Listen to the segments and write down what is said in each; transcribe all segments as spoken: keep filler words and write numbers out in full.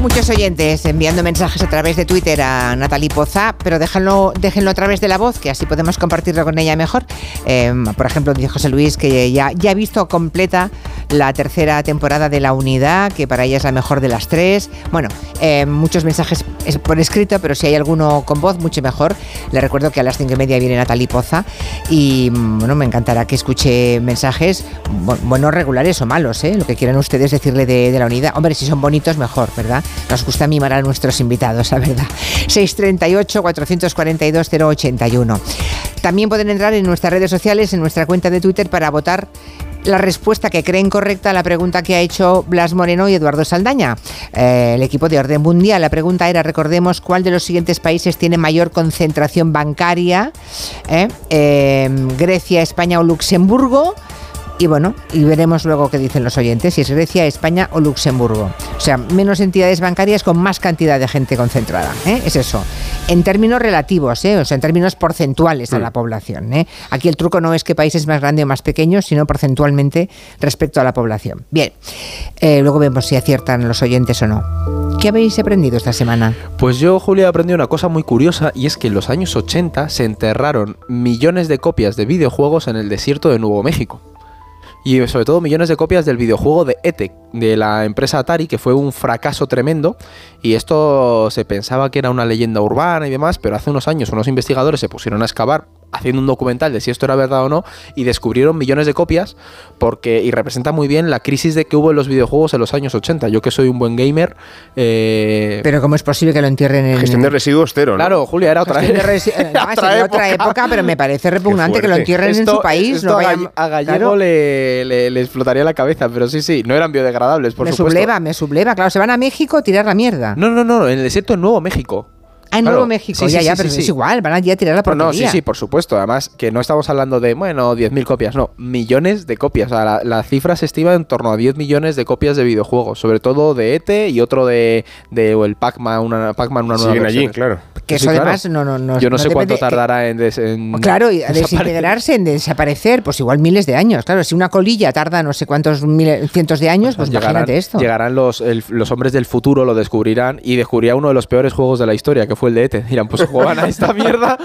muchos oyentes enviando mensajes a través de Twitter a Natalie Poza, pero déjenlo, déjenlo a través de la voz, que así podemos compartirlo con ella mejor. Eh, por ejemplo, dice José Luis que ya, ya ha visto completa la tercera temporada de La Unidad, que para ella es la mejor de las tres. Bueno, eh, muchos mensajes por escrito, pero si hay alguno con voz, mucho mejor. Le recuerdo que a las cinco y media viene Natalie Poza y bueno, me encantará que escuche mensajes, buenos, regulares o malos, ¿eh? Lo que quieran ustedes decirle de, de La Unidad. Hombre, si son bonitos, mejor, ¿verdad? Nos gusta mimar a nuestros invitados, la verdad. seis tres ocho, cuatro cuatro dos, cero ocho uno. También pueden entrar en nuestras redes sociales, en nuestra cuenta de Twitter, para votar la respuesta que creen correcta a la pregunta que ha hecho Blas Moreno y Eduardo Saldaña, eh, el equipo de Orden Mundial. La pregunta era, recordemos, ¿cuál de los siguientes países tiene mayor concentración bancaria? ¿Eh? Eh, Grecia, España o Luxemburgo. Y bueno, y veremos luego qué dicen los oyentes, si es Grecia, España o Luxemburgo. O sea, menos entidades bancarias con más cantidad de gente concentrada, ¿eh? Es eso. En términos relativos, ¿eh? O sea, en términos porcentuales a la población, ¿eh? Aquí el truco no es qué país es más grande o más pequeño, sino porcentualmente respecto a la población. Bien, eh, luego vemos si aciertan los oyentes o no. ¿Qué habéis aprendido esta semana? Pues yo, Julia, he aprendido una cosa muy curiosa, y es que en los años ochenta se enterraron millones de copias de videojuegos en el desierto de Nuevo México. Y sobre todo millones de copias del videojuego de E T, de la empresa Atari, que fue un fracaso tremendo. Y esto se pensaba que era una leyenda urbana y demás, pero hace unos años unos investigadores se pusieron a excavar haciendo un documental de si esto era verdad o no, y descubrieron millones de copias, porque y representa muy bien la crisis de que hubo en los videojuegos en los años ochenta. Yo, que soy un buen gamer... Eh... Pero ¿cómo es posible que lo entierren en... Gestión de residuos cero, ¿no? Claro, Julia, era otra, era resi... no, otra, otra época, pero me parece repugnante que lo entierren esto, en su país. Esto no vayan... A Gallego claro. le, le, le explotaría la cabeza, pero sí, sí, no eran biodegradables, por me supuesto. Me subleva, me subleva. Claro, se van a México a tirar la mierda. No, no, no, en el desierto de Nuevo México. Ah, en claro. Nuevo México, sí, ya, sí, ya, sí, pero sí, es sí. igual, van allí a tirar la porquería. No, sí, sí, por supuesto. Además, que no estamos hablando de, bueno, diez mil copias, no, millones de copias. O sea, la, la cifra se estima en torno a diez millones de copias de videojuegos, sobre todo de E T y otro de, de o el Pac-Man, una, Pac-Man, una nueva Siguen versión. allí, claro. Que sí, eso claro. además no, no, no. Yo no, no sé cuánto de, tardará en, des, en claro, y desintegrarse, en desaparecer, pues igual miles de años. Claro, si una colilla tarda no sé cuántos miles, cientos de años, pues llegarán, imagínate esto. Llegarán los, el, los hombres del futuro, lo descubrirán y descubrirán uno de los peores juegos de la historia, que fue el de E T. Dirán, pues jugaban a esta mierda.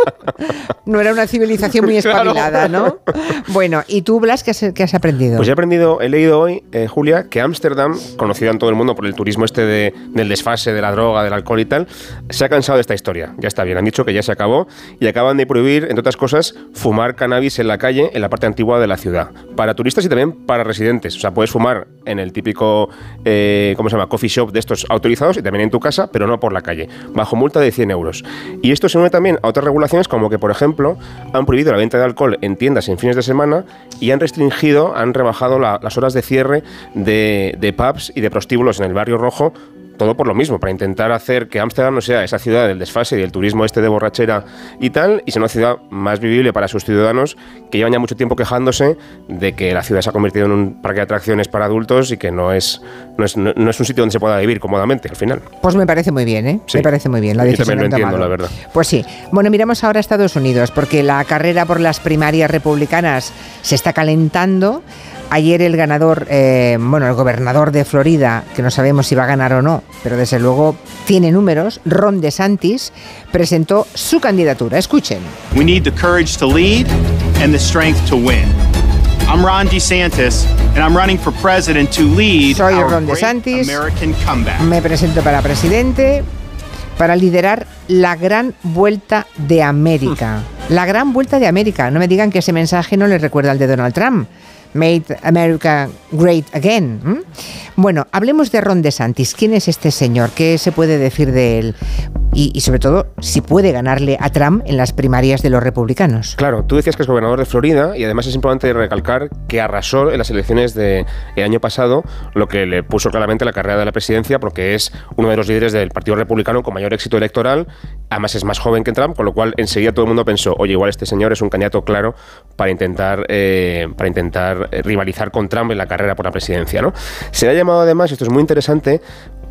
No era una civilización muy espabilada, ¿no? Bueno, ¿y tú, Blas, qué has, qué has aprendido? Pues he aprendido, he leído hoy, eh, Julia, que Ámsterdam, conocida en todo el mundo por el turismo este de, del desfase, de la droga, del alcohol y tal, se ha cansado de esta historia. Ya está bien, han dicho que ya se acabó y acaban de prohibir, entre otras cosas, fumar cannabis en la calle, en la parte antigua de la ciudad. Para turistas y también para residentes. O sea, puedes fumar en el típico, eh, ¿cómo se llama?, coffee shop de estos autorizados y también en tu casa, pero no por la calle, bajo multa de cien euros. Y esto se une también a otras regulaciones, como que, por ejemplo, han prohibido la venta de alcohol en tiendas en fines de semana y han restringido, han rebajado la, las horas de cierre de, de pubs y de prostíbulos en el Barrio Rojo. Todo por lo mismo, para intentar hacer que Ámsterdam no sea esa ciudad del desfase y del turismo este de borrachera y tal, y sea una ciudad más vivible para sus ciudadanos, que llevan ya mucho tiempo quejándose de que la ciudad se ha convertido en un parque de atracciones para adultos y que no es, no es, no, no es un sitio donde se pueda vivir cómodamente, al final. Pues me parece muy bien, ¿eh? Sí. Me parece muy bien la decisión. Yo también lo entiendo, la verdad. Pues sí. Bueno, miramos ahora a Estados Unidos, porque la carrera por las primarias republicanas se está calentando. Ayer el ganador, eh, bueno, el gobernador de Florida, que no sabemos si va a ganar o no, pero desde luego tiene números, Ron DeSantis, presentó su candidatura. Escuchen. We need the courage to lead and the strength to win. I'm Ron DeSantis and I'm running for president to lead Soy our Ron great DeSantis. American comeback. Me presento para presidente para liderar la gran vuelta de América. La gran vuelta de América. No me digan que ese mensaje no les recuerda al de Donald Trump. Make America Great Again. ¿Mm? Bueno, hablemos de Ron DeSantis. ¿Quién es este señor? ¿Qué se puede decir de él? Y, y sobre todo, si puede ganarle a Trump en las primarias de los republicanos. Claro, tú decías que es gobernador de Florida y además es importante recalcar que arrasó en las elecciones del año pasado, lo que le puso claramente la carrera de la presidencia, porque es uno de los líderes del Partido Republicano con mayor éxito electoral. Además es más joven que Trump, con lo cual enseguida todo el mundo pensó, oye, igual este señor es un candidato claro para intentar, eh, para intentar rivalizar con Trump en la carrera por la presidencia, ¿no? Se le ha llamado además, esto es muy interesante,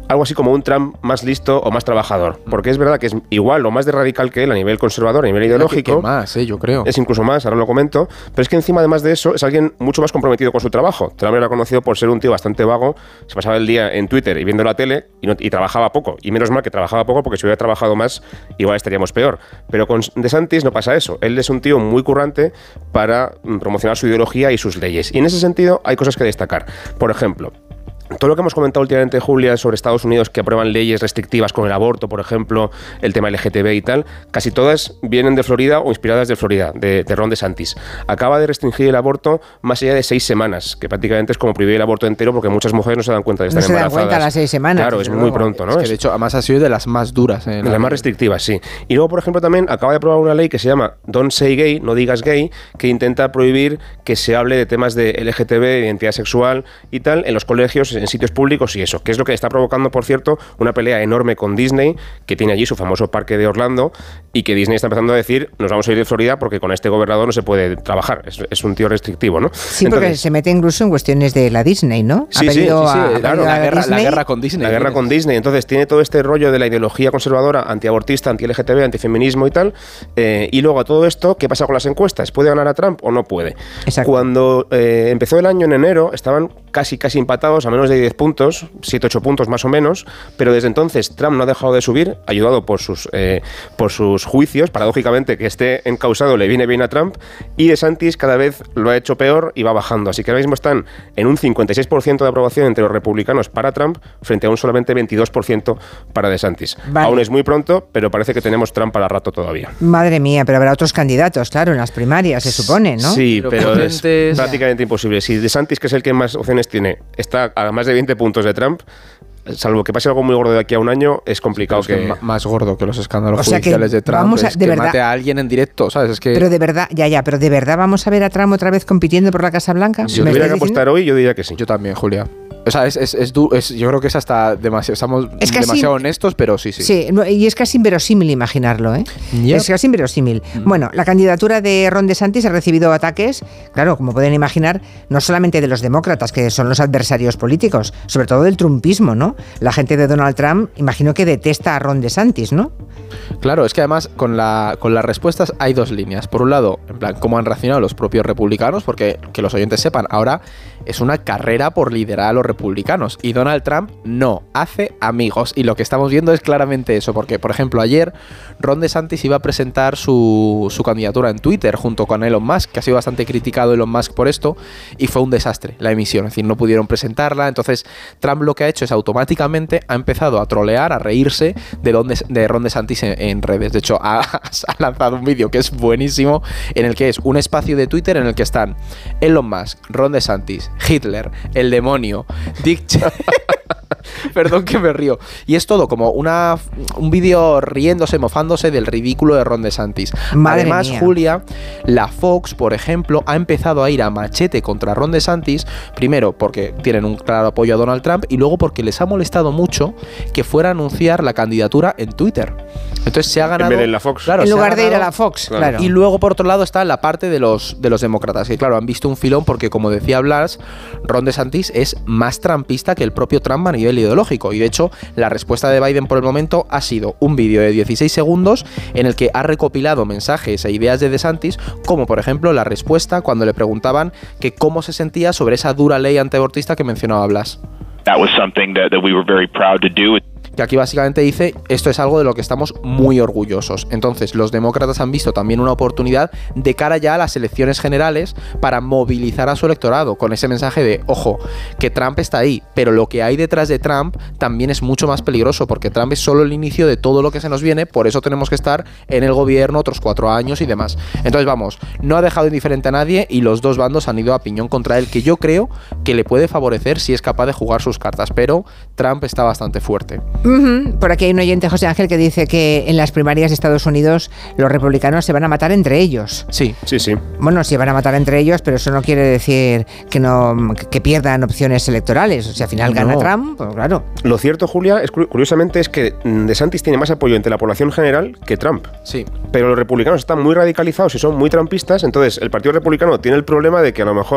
algo así como un Trump más listo o más trabajador. Porque es verdad que es igual o más de radical que él a nivel conservador, a nivel ideológico. Que, que más, eh, yo creo. Es incluso más, ahora lo comento. Pero es que encima, además de eso, es alguien mucho más comprometido con su trabajo. Trump era conocido por ser un tío bastante vago, se pasaba el día en Twitter y viendo la tele y, no, y trabajaba poco. Y menos mal que trabajaba poco, porque si hubiera trabajado más, igual estaríamos peor. Pero con DeSantis no pasa eso. Él es un tío muy currante para promocionar su ideología y sus leyes. Y en ese sentido hay cosas que destacar. Por ejemplo, todo lo que hemos comentado últimamente, Julia, sobre Estados Unidos que aprueban leyes restrictivas con el aborto, por ejemplo, el tema L G T B y tal, casi todas vienen de Florida o inspiradas de Florida, de, de Ron DeSantis. Acaba de restringir el aborto más allá de seis semanas, que prácticamente es como prohibir el aborto entero, porque muchas mujeres no se dan cuenta de estar no embarazadas. No se dan cuenta a las seis semanas. Claro, es muy pronto, ¿no? Es que de hecho, además ha sido de las más duras. Eh, de las más restrictivas, sí. Y luego, por ejemplo, también acaba de aprobar una ley que se llama Don't Say Gay, no digas gay, que intenta prohibir que se hable de temas de L G T B, identidad sexual y tal, en los colegios, en sitios públicos y eso, que es lo que está provocando, por cierto, una pelea enorme con Disney, que tiene allí su famoso parque de Orlando, y que Disney está empezando a decir, nos vamos a ir de Florida porque con este gobernador no se puede trabajar, es, es un tío restrictivo, ¿no? Sí, Entonces, porque se mete incluso en cuestiones de la Disney, ¿no? Sí, sí, sí, sí, a, claro, la guerra, la guerra con Disney. La guerra con Disney, entonces tiene todo este rollo de la ideología conservadora, antiabortista, anti-L G T B, antifeminismo y tal, eh, y luego a todo esto, ¿qué pasa con las encuestas? ¿Puede ganar a Trump o no puede? Exacto. Cuando eh, empezó el año en enero, estaban casi, casi empatados a menos de diez puntos, siete, ocho puntos más o menos, pero desde entonces Trump no ha dejado de subir, ayudado por sus, eh, por sus juicios, paradójicamente que esté encausado le viene bien a Trump, y DeSantis cada vez lo ha hecho peor y va bajando, así que ahora mismo están en un cincuenta y seis por ciento de aprobación entre los republicanos para Trump, frente a un solamente veintidós por ciento para DeSantis. Vale. Aún es muy pronto, pero parece que tenemos Trump para rato todavía. Madre mía, pero habrá otros candidatos, claro, en las primarias, se supone, ¿no? Sí, pero, pero es es prácticamente imposible. Si DeSantis, que es el que más opciones tiene, está a más de veinte puntos de Trump, salvo que pase algo muy gordo de aquí a un año, es complicado es que, que... que... Más gordo que los escándalos o sea judiciales de Trump vamos a, es de que verdad, mate a alguien en directo, ¿sabes? Es que... Pero de verdad, ya, ya, pero de verdad vamos a ver a Trump otra vez compitiendo por la Casa Blanca. Si tuviera que apostar hoy, yo diría que sí. Yo también, Julia. O sea, es, es, es, es, yo creo que es hasta demasiado, estamos es casi, demasiado honestos, pero sí, sí. Sí, y es casi inverosímil imaginarlo, ¿eh? Yep. Es casi inverosímil. Mm. Bueno, la candidatura de Ron DeSantis ha recibido ataques, claro, como pueden imaginar, no solamente de los demócratas, que son los adversarios políticos, sobre todo del trumpismo, ¿no? La gente de Donald Trump, imagino que detesta a Ron DeSantis, ¿no? Claro, es que además con, la, con las respuestas hay dos líneas. Por un lado, en plan, cómo han reaccionado los propios republicanos, porque que los oyentes sepan, ahora es una carrera por liderar a los republicanos y Donald Trump no hace amigos, y lo que estamos viendo es claramente eso, porque por ejemplo ayer Ron DeSantis iba a presentar su, su candidatura en Twitter junto con Elon Musk, que ha sido bastante criticado Elon Musk por esto, y fue un desastre la emisión, es decir, no pudieron presentarla. Entonces Trump lo que ha hecho es automáticamente ha empezado a trolear, a reírse de, don de, de Ron DeSantis en, en redes. De hecho ha, ha lanzado un vídeo que es buenísimo, en el que es un espacio de Twitter en el que están Elon Musk, Ron DeSantis, Hitler, el demonio, Dick Cheney. Perdón que me río. Y es todo como una un vídeo riéndose, mofándose del ridículo de Ron DeSantis. Madre Además, mía. Julia, la Fox, por ejemplo, ha empezado a ir a machete contra Ron DeSantis, primero porque tienen un claro apoyo a Donald Trump y luego porque les ha molestado mucho que fuera a anunciar la candidatura en Twitter. Entonces se ha ganado... En vez de la Fox. Claro, en lugar ganado, de ir a la Fox, claro. claro. Y luego, por otro lado, está la parte de los, de los demócratas, que claro, han visto un filón porque, como decía Blas, Ron DeSantis es más trumpista que el propio Trump a nivel ideológico. Y de hecho, la respuesta de Biden por el momento ha sido un vídeo de dieciséis segundos en el que ha recopilado mensajes e ideas de DeSantis, como por ejemplo la respuesta cuando le preguntaban que cómo se sentía sobre esa dura ley antiabortista que mencionaba Blas. That was something that, that we were very proud to do. Que aquí básicamente dice, esto es algo de lo que estamos muy orgullosos. Entonces los demócratas han visto también una oportunidad de cara ya a las elecciones generales para movilizar a su electorado con ese mensaje de, ojo, que Trump está ahí, pero lo que hay detrás de Trump también es mucho más peligroso, porque Trump es solo el inicio de todo lo que se nos viene, por eso tenemos que estar en el gobierno otros cuatro años y demás. Entonces vamos, no ha dejado indiferente a nadie y los dos bandos han ido a piñón contra él, que yo creo que le puede favorecer si es capaz de jugar sus cartas, pero Trump está bastante fuerte. Uh-huh. Por aquí hay un oyente, José Ángel, que dice que en las primarias de Estados Unidos los republicanos se van a matar entre ellos. Sí, sí, sí. Bueno, se van a matar entre ellos, pero eso no quiere decir que no que pierdan opciones electorales. O sea, al final gana no. Trump, pues claro. Lo cierto, Julia, es curiosamente es que DeSantis tiene más apoyo entre la población general que Trump. Sí. Pero los republicanos están muy radicalizados y son muy trumpistas, entonces el Partido Republicano tiene el problema de que a lo mejor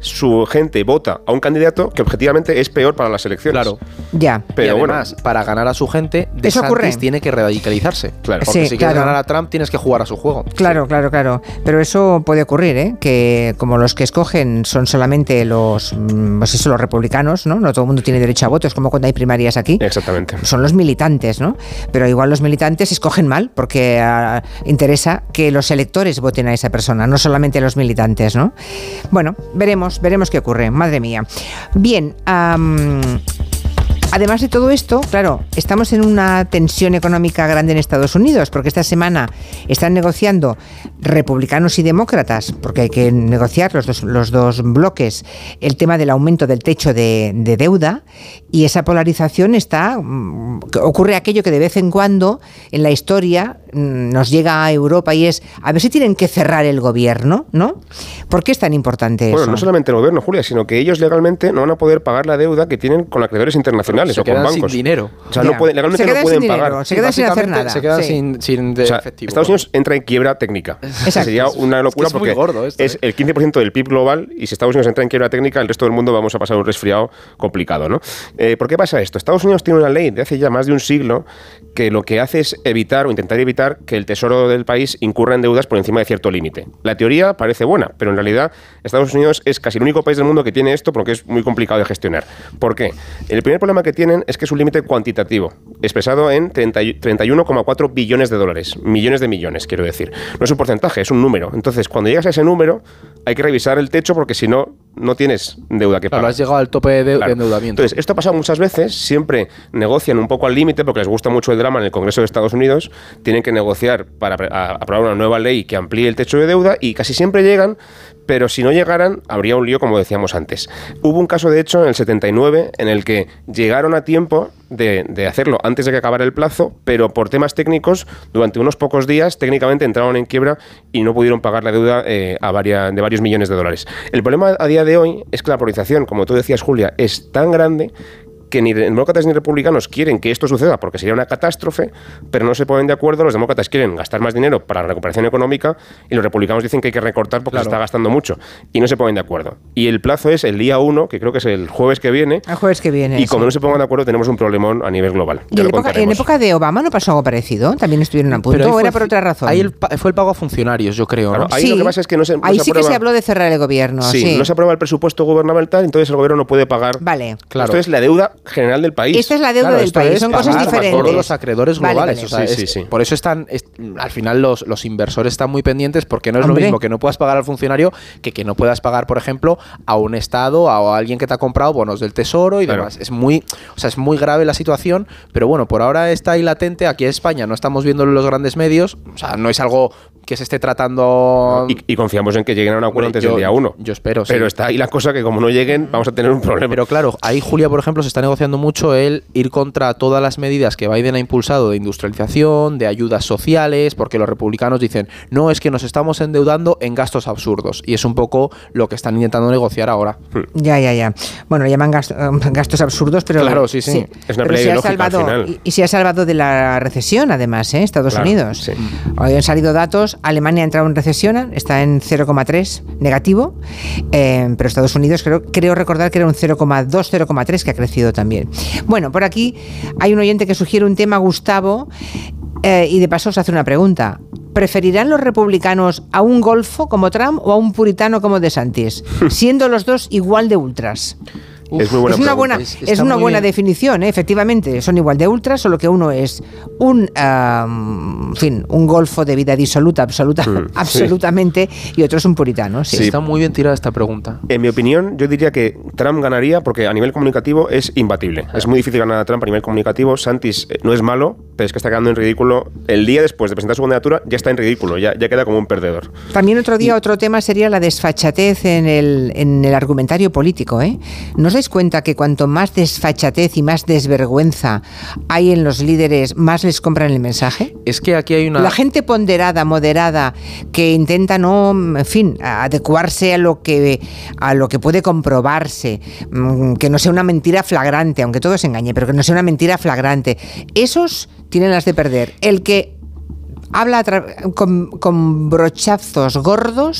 su gente vota a un candidato que objetivamente es peor para las elecciones. Claro. Ya. Pero y además, bueno, para ganar a su gente, De Eso Santis ocurre. tiene que radicalizarse. Claro. Porque Sí, si claro. quieres ganar a Trump, tienes que jugar a su juego. Claro, claro, claro. Pero eso puede ocurrir, ¿eh? Que como los que escogen son solamente los, mm, pues eso, los republicanos, ¿no? No todo el mundo tiene derecho a voto, es como cuando hay primarias aquí. Exactamente. Son los militantes, ¿no? Pero igual los militantes escogen mal porque ah, interesa que los electores voten a esa persona, no solamente los militantes, ¿no? Bueno, veremos, veremos qué ocurre. Madre mía. Bien, um, además de todo esto, claro, estamos en una tensión económica grande en Estados Unidos, porque esta semana están negociando republicanos y demócratas, porque hay que negociar los dos, los dos bloques, el tema del aumento del techo de, de deuda, y esa polarización está... Ocurre aquello que de vez en cuando en la historia nos llega a Europa y es, a ver si tienen que cerrar el gobierno, ¿no? ¿Por qué es tan importante eso? Bueno, no solamente el gobierno, Julia, sino que ellos legalmente no van a poder pagar la deuda que tienen con acreedores internacionales Se o con quedan bancos. sin dinero. O sea, Ya. no pueden, legalmente Se quedan no pueden sin dinero, pagar. se quedan sin hacer Básicamente, nada. Se quedan Sí. sin, sin de O sea, efectivo. Estados Unidos entra en quiebra técnica. Exacto. Sería una locura es muy porque gordo esto, es ¿eh? el quince por ciento del P I B global y si Estados Unidos entra en quiebra técnica, el resto del mundo vamos a pasar un resfriado complicado, ¿no? Eh, ¿Por qué pasa esto? Estados Unidos tiene una ley de hace ya más de un siglo que lo que hace es evitar o intentar evitar que el tesoro del país incurra en deudas por encima de cierto límite. La teoría parece buena, pero en realidad Estados Unidos es casi el único país del mundo que tiene esto porque es muy complicado de gestionar. ¿Por qué? El primer problema que tienen es que es un límite cuantitativo, expresado en treinta y uno coma cuatro billones de dólares, millones de millones, quiero decir. No es un porcentaje, es un número. Entonces, cuando llegas a ese número, hay que revisar el techo porque si no, no tienes deuda que Claro, pagar. has llegado al tope de, Claro. de endeudamiento. Entonces, esto ha pasado muchas veces, siempre negocian un poco al límite porque les gusta mucho el drama en el Congreso de Estados Unidos, tienen que negociar para a- aprobar una nueva ley que amplíe el techo de deuda y casi siempre llegan, pero si no llegaran, habría un lío como decíamos antes. Hubo un caso, de hecho, en el setenta y nueve en el que llegaron a tiempo de, de hacerlo antes de que acabara el plazo, pero por temas técnicos, durante unos pocos días, técnicamente entraron en quiebra y no pudieron pagar la deuda eh, a varia- de varios millones de dólares. El problema a día de hoy es que la polarización, como tú decías, Julia, es tan grande que ni demócratas ni republicanos quieren que esto suceda porque sería una catástrofe, pero no se ponen de acuerdo. Los demócratas quieren gastar más dinero para la recuperación económica y los republicanos dicen que hay que recortar porque Claro. se está gastando mucho y no se ponen de acuerdo. Y el plazo es el día uno, que creo que es el jueves que viene, El jueves que viene. y como sí. no se pongan de acuerdo tenemos un problemón a nivel global. ¿Y Ya en lo época, en contaremos. época de Obama no pasó algo parecido? ¿También estuvieron a punto Pero ahí o fue era el por fi- otra razón? Ahí el pa- fue el pago a funcionarios, yo creo, Claro, ¿no? ahí lo que pasa es que no se- no ahí se sí que aprueba- se habló de cerrar el gobierno. Sí, Sí, no se aprueba el presupuesto gubernamental, entonces el gobierno no puede pagar. Vale. Claro. Esto es la deuda general del país. Esta es la deuda Claro, del esto país, es son pagar cosas a diferentes. todos los acreedores Vale, globales. vale. O sea, Sí, es- sí, sí. Por eso están, es- al final los, los inversores están muy pendientes porque no es Hombre. lo mismo que no puedas pagar al funcionario que que no puedas pagar, por ejemplo, a un Estado o a alguien que te ha comprado bonos del Tesoro y Claro. demás. Es muy, o sea, es muy grave la situación, pero bueno, por ahora está ahí latente. Aquí en España no estamos viéndolo en los grandes medios, o sea, no es algo que se esté tratando. Y, y confiamos en que lleguen a un acuerdo Hombre, antes yo- del día uno. yo espero, sí. Pero está ahí la cosa que como no lleguen vamos a tener un problema. Pero claro, ahí Julia, por ejemplo, se está negociando mucho el ir contra todas las medidas que Biden ha impulsado de industrialización, de ayudas sociales, porque los republicanos dicen, no, es que nos estamos endeudando en gastos absurdos. Y es un poco lo que están intentando negociar ahora. Ya, ya, ya. Bueno, le llaman gas- um, gastos absurdos, pero... Claro, sí, sí. Es una Pero pelea se ha ideológica al salvado, final. y, y se ha salvado de la recesión, además, ¿eh? Estados Claro, Unidos. sí. Hoy han salido datos, Alemania ha entrado en recesión, está en cero coma tres negativo, eh, pero Estados Unidos creo, creo recordar que era un cero coma dos, cero coma tres que ha crecido también. Bueno, por aquí hay un oyente que sugiere un tema, Gustavo, eh, y de paso os hace una pregunta. ¿Preferirán los republicanos a un golfo como Trump o a un puritano como DeSantis, siendo los dos igual de ultras? Es muy buena es una pregunta. buena, Es- es está una muy buena bien. definición, ¿eh? Efectivamente, son igual de ultras, solo que uno es un, ah, en fin, un golfo de vida disoluta, absoluta, Mm, sí. absolutamente, y otro es un puritano. Sí. Sí. Está muy bien tirada esta pregunta. En mi opinión, yo diría que Trump ganaría porque a nivel comunicativo es imbatible. Es muy difícil ganar a Trump a nivel comunicativo. Santis eh, no es malo, pero es que está quedando en ridículo. El día después de presentar su candidatura ya está en ridículo, ya, ya queda como un perdedor. También otro día, otro tema sería la desfachatez en el, en el argumentario político, ¿eh? ¿No os dais cuenta que cuanto más desfachatez y más desvergüenza hay en los líderes, más les compran el mensaje? Es que aquí hay una... La gente ponderada, moderada, que intenta no, en fin, adecuarse a lo que a lo que puede comprobarse, mm, que no sea una mentira flagrante, aunque todo se engañe, pero que no sea una mentira flagrante. Esos tienen las de perder. El que habla a tra- con, con brochazos gordos,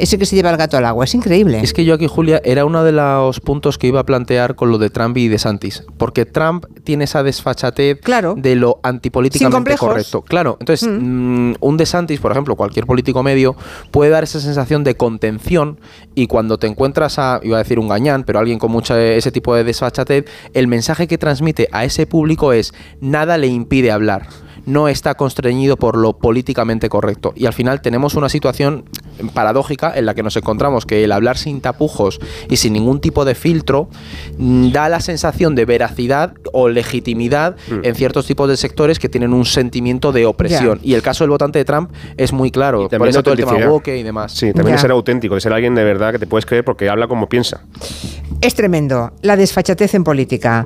ese que se lleva el gato al agua. Es increíble. Es que yo aquí, Julia, era uno de los puntos que iba a plantear con lo de Trump y DeSantis, porque Trump tiene esa desfachatez claro. de lo antipolíticamente correcto. Claro, entonces mm. mmm, un DeSantis, por ejemplo, cualquier político medio, puede dar esa sensación de contención, y cuando te encuentras a, iba a decir un gañán, pero alguien con mucha ese tipo de desfachatez, el mensaje que transmite a ese público es: nada le impide hablar, no está constreñido por lo políticamente correcto. Y al final tenemos una situación paradójica en la que nos encontramos que el hablar sin tapujos y sin ningún tipo de filtro da la sensación de veracidad o legitimidad mm. en ciertos tipos de sectores que tienen un sentimiento de opresión. Yeah. Y el caso del votante de Trump es muy claro. Por eso todo el tema woke y demás. Sí, también yeah. de ser auténtico, de ser alguien de verdad que te puedes creer porque habla como piensa. Es tremendo. La desfachatez en política,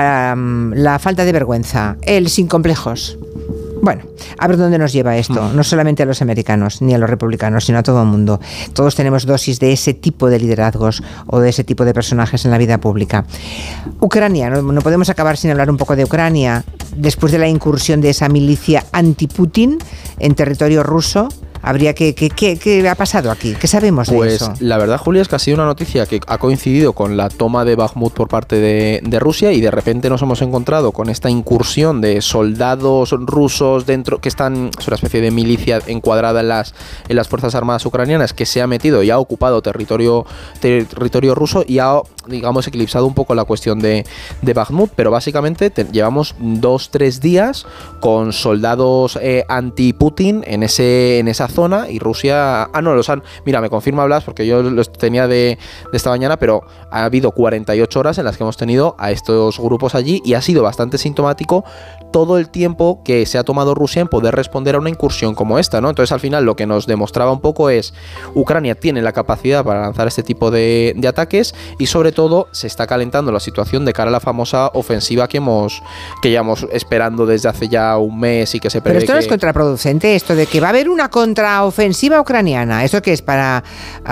um, la falta de vergüenza, el sin complejos. Bueno, a ver dónde nos lleva esto. No solamente a los americanos ni a los republicanos, sino a todo el mundo. Todos tenemos dosis de ese tipo de liderazgos o de ese tipo de personajes en la vida pública. Ucrania, no, no podemos acabar sin hablar un poco de Ucrania. Después de la incursión de esa milicia anti-Putin en territorio ruso, habría que, que, que, ¿qué ha pasado aquí? ¿Qué sabemos de pues, eso? Pues la verdad, Julia, es que ha sido una noticia que ha coincidido con la toma de Bakhmut por parte de, de Rusia, y de repente nos hemos encontrado con esta incursión de soldados rusos dentro, que están, es una especie de milicia encuadrada en las, en las Fuerzas Armadas ucranianas, que se ha metido y ha ocupado territorio, territorio ruso y ha, digamos, eclipsado un poco la cuestión de, de Bakhmut, pero básicamente te, llevamos dos, tres días con soldados eh, anti-Putin en, ese, en esa zona, y Rusia... Ah, no, los han... Mira, me confirma Blas, porque yo los tenía de, de esta mañana, pero ha habido cuarenta y ocho horas en las que hemos tenido a estos grupos allí, y ha sido bastante sintomático todo el tiempo que se ha tomado Rusia en poder responder a una incursión como esta, ¿no? Entonces, al final, lo que nos demostraba un poco es: Ucrania tiene la capacidad para lanzar este tipo de, de ataques, y sobre todo se está calentando la situación de cara a la famosa ofensiva que hemos que llevamos esperando desde hace ya un mes y que se prevé. Pero esto que... no es contraproducente, esto de que va a haber una contraofensiva ucraniana. ¿Esto qué es? ¿Para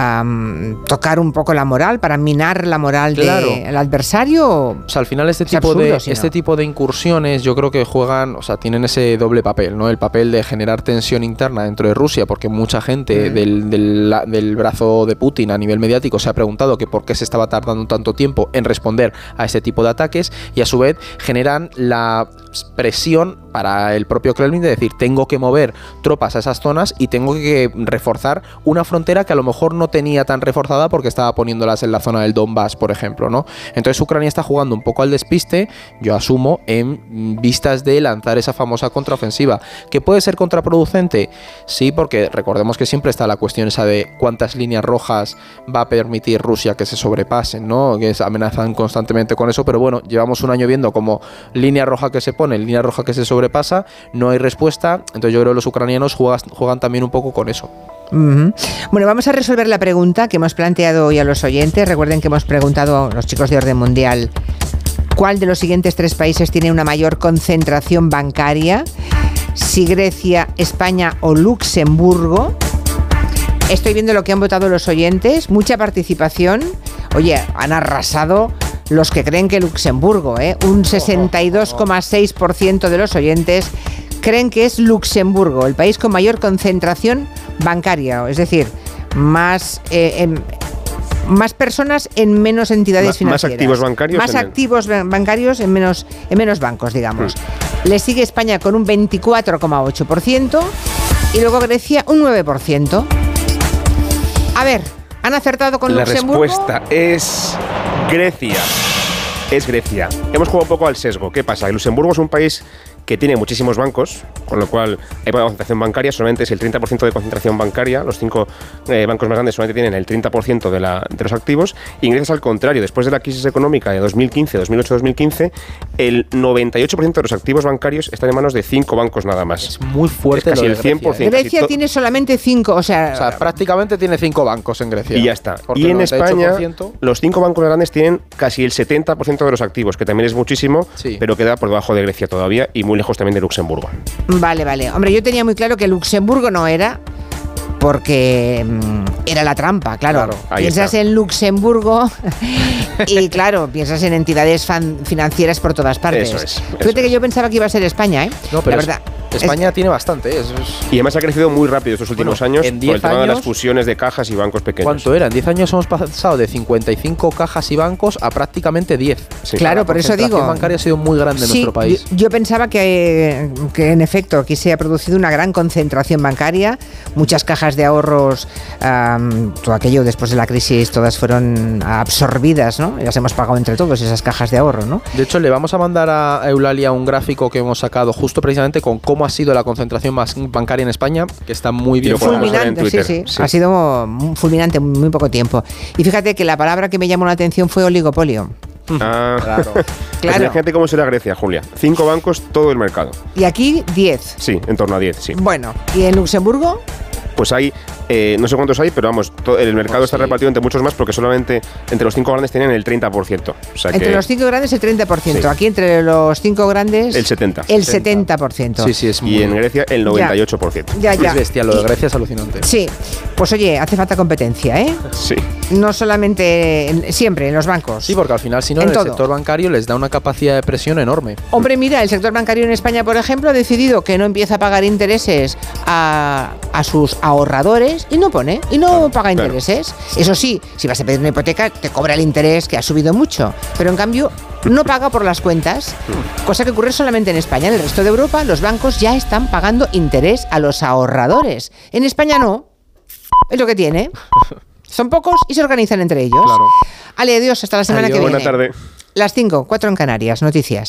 um, tocar un poco la moral? ¿Para minar la moral claro. del adversario? O sea, al final este tipo absurdo, de si este no. tipo de incursiones yo creo que juegan, o sea, tienen ese doble papel, ¿no? El papel de generar tensión interna dentro de Rusia, porque mucha gente mm. del, del, del brazo de Putin a nivel mediático se ha preguntado que por qué se estaba tardando tanto tiempo en responder a este tipo de ataques, y a su vez generan la presión para el propio Kremlin de decir: tengo que mover tropas a esas zonas y tengo que reforzar una frontera que a lo mejor no tenía tan reforzada porque estaba poniéndolas en la zona del Donbass, por ejemplo, ¿no? Entonces Ucrania está jugando un poco al despiste, yo asumo, en vistas de lanzar esa famosa contraofensiva. ¿Que puede ser contraproducente? Sí, porque recordemos que siempre está la cuestión esa de cuántas líneas rojas va a permitir Rusia que se sobrepasen, ¿no? Que amenazan constantemente con eso, pero bueno, llevamos un año viendo como línea roja que se pone, línea roja que se sobrepasa, no hay respuesta. Entonces yo creo que los ucranianos juegan, juegan también un poco con eso. Uh-huh. Bueno, vamos a resolver la pregunta que hemos planteado hoy a los oyentes. Recuerden que hemos preguntado a los chicos de Orden Mundial: ¿cuál de los siguientes tres países tiene una mayor concentración bancaria? Si Grecia, España o Luxemburgo. Estoy viendo lo que han votado los oyentes, mucha participación. Oye, han arrasado los que creen que Luxemburgo, ¿eh? Un sesenta y dos coma seis por ciento de los oyentes creen que es Luxemburgo, el país con mayor concentración bancaria, es decir, más eh, en, más personas en menos entidades más, financieras. Más activos bancarios. Más en activos el... bancarios en menos, en menos bancos, digamos. Mm. Le sigue España con un veinticuatro coma ocho por ciento y luego Grecia un nueve por ciento. A ver, ¿han acertado con La Luxemburgo? La respuesta es Grecia. Es Grecia. Hemos jugado un poco al sesgo. ¿Qué pasa? Luxemburgo es un país que tiene muchísimos bancos, con lo cual hay poca concentración bancaria, solamente es el treinta por ciento de concentración bancaria, los cinco eh, bancos más grandes solamente tienen el treinta por ciento de, la, de los activos, y en Grecia es al contrario, después de la crisis económica de dos mil quince, dos mil ocho, dos mil quince, el noventa y ocho por ciento de los activos bancarios están en manos de cinco bancos nada más. Es muy fuerte. Es casi lo de el cien por ciento. Grecia, Grecia tiene solamente cinco, o sea, o sea, prácticamente tiene cinco bancos en Grecia. Y ya está. Y en España, los cinco bancos grandes tienen casi el setenta por ciento de los activos, que también es muchísimo, sí, pero queda por debajo de Grecia todavía y muy lejos también de Luxemburgo. Vale, vale. Hombre, yo tenía muy claro que Luxemburgo no era, porque mmm, era la trampa, claro. claro piensas está. en Luxemburgo y, claro, piensas en entidades fan- financieras por todas partes. Eso es. Eso Fíjate es. que yo pensaba que iba a ser España, ¿eh? No, pero la verdad. Es... España es, tiene bastante. Es, es... Y además ha crecido muy rápido estos últimos bueno, años en por el tema años, de las fusiones de cajas y bancos pequeños. ¿Cuánto era? En diez años hemos pasado de cincuenta y cinco cajas y bancos a prácticamente diez. Sí. Claro, por eso digo. La bancaria ha sido muy grande en sí, nuestro país. Yo, yo pensaba que, que en efecto aquí se ha producido una gran concentración bancaria, muchas cajas de ahorros, um, todo aquello después de la crisis, todas fueron absorbidas, ¿no? Las hemos pagado entre todos esas cajas de ahorro, ¿no? De hecho, le vamos a mandar a Eulalia un gráfico que hemos sacado justo precisamente con cómo ha sido la concentración bancaria en España, que está muy bien. Fulminante, sí, sí, sí. Ha sido fulminante en muy poco tiempo. Y fíjate que la palabra que me llamó la atención fue oligopolio. Ah, claro. Claro. Imagínate cómo será Grecia, Julia. Cinco bancos, todo el mercado. Y aquí diez. Sí, en torno a diez, sí. Bueno, ¿y en Luxemburgo? Pues hay, eh, no sé cuántos hay, pero vamos, todo, el mercado oh, está sí. repartido entre muchos más porque solamente entre los cinco grandes tenían el treinta por ciento. O sea entre que, los cinco grandes el treinta por ciento. Sí. Aquí entre los cinco grandes... El setenta por ciento. El setenta por ciento. Sí, sí, es muy... Y en Grecia el noventa y ocho por ciento. Ya, ya. Es bestia, lo de Grecia es alucinante. Sí, pues oye, hace falta competencia, ¿eh? Sí. No solamente, en, siempre en los bancos. Sí, porque al final, si no, en el todo. sector bancario les da una capacidad de presión enorme. Hombre, mira, el sector bancario en España, por ejemplo, ha decidido que no empieza a pagar intereses a, a sus ahorradores y no pone, y no claro, paga claro. intereses. Eso sí, si vas a pedir una hipoteca, te cobra el interés, que ha subido mucho. Pero en cambio, no paga por las cuentas, cosa que ocurre solamente en España. En el resto de Europa, los bancos ya están pagando interés a los ahorradores. En España no. Es lo que tiene. Son pocos y se organizan entre ellos. Claro. Ale, adiós, hasta la semana Adiós. que viene. Buena tarde. Las cinco, cuatro en Canarias, noticias.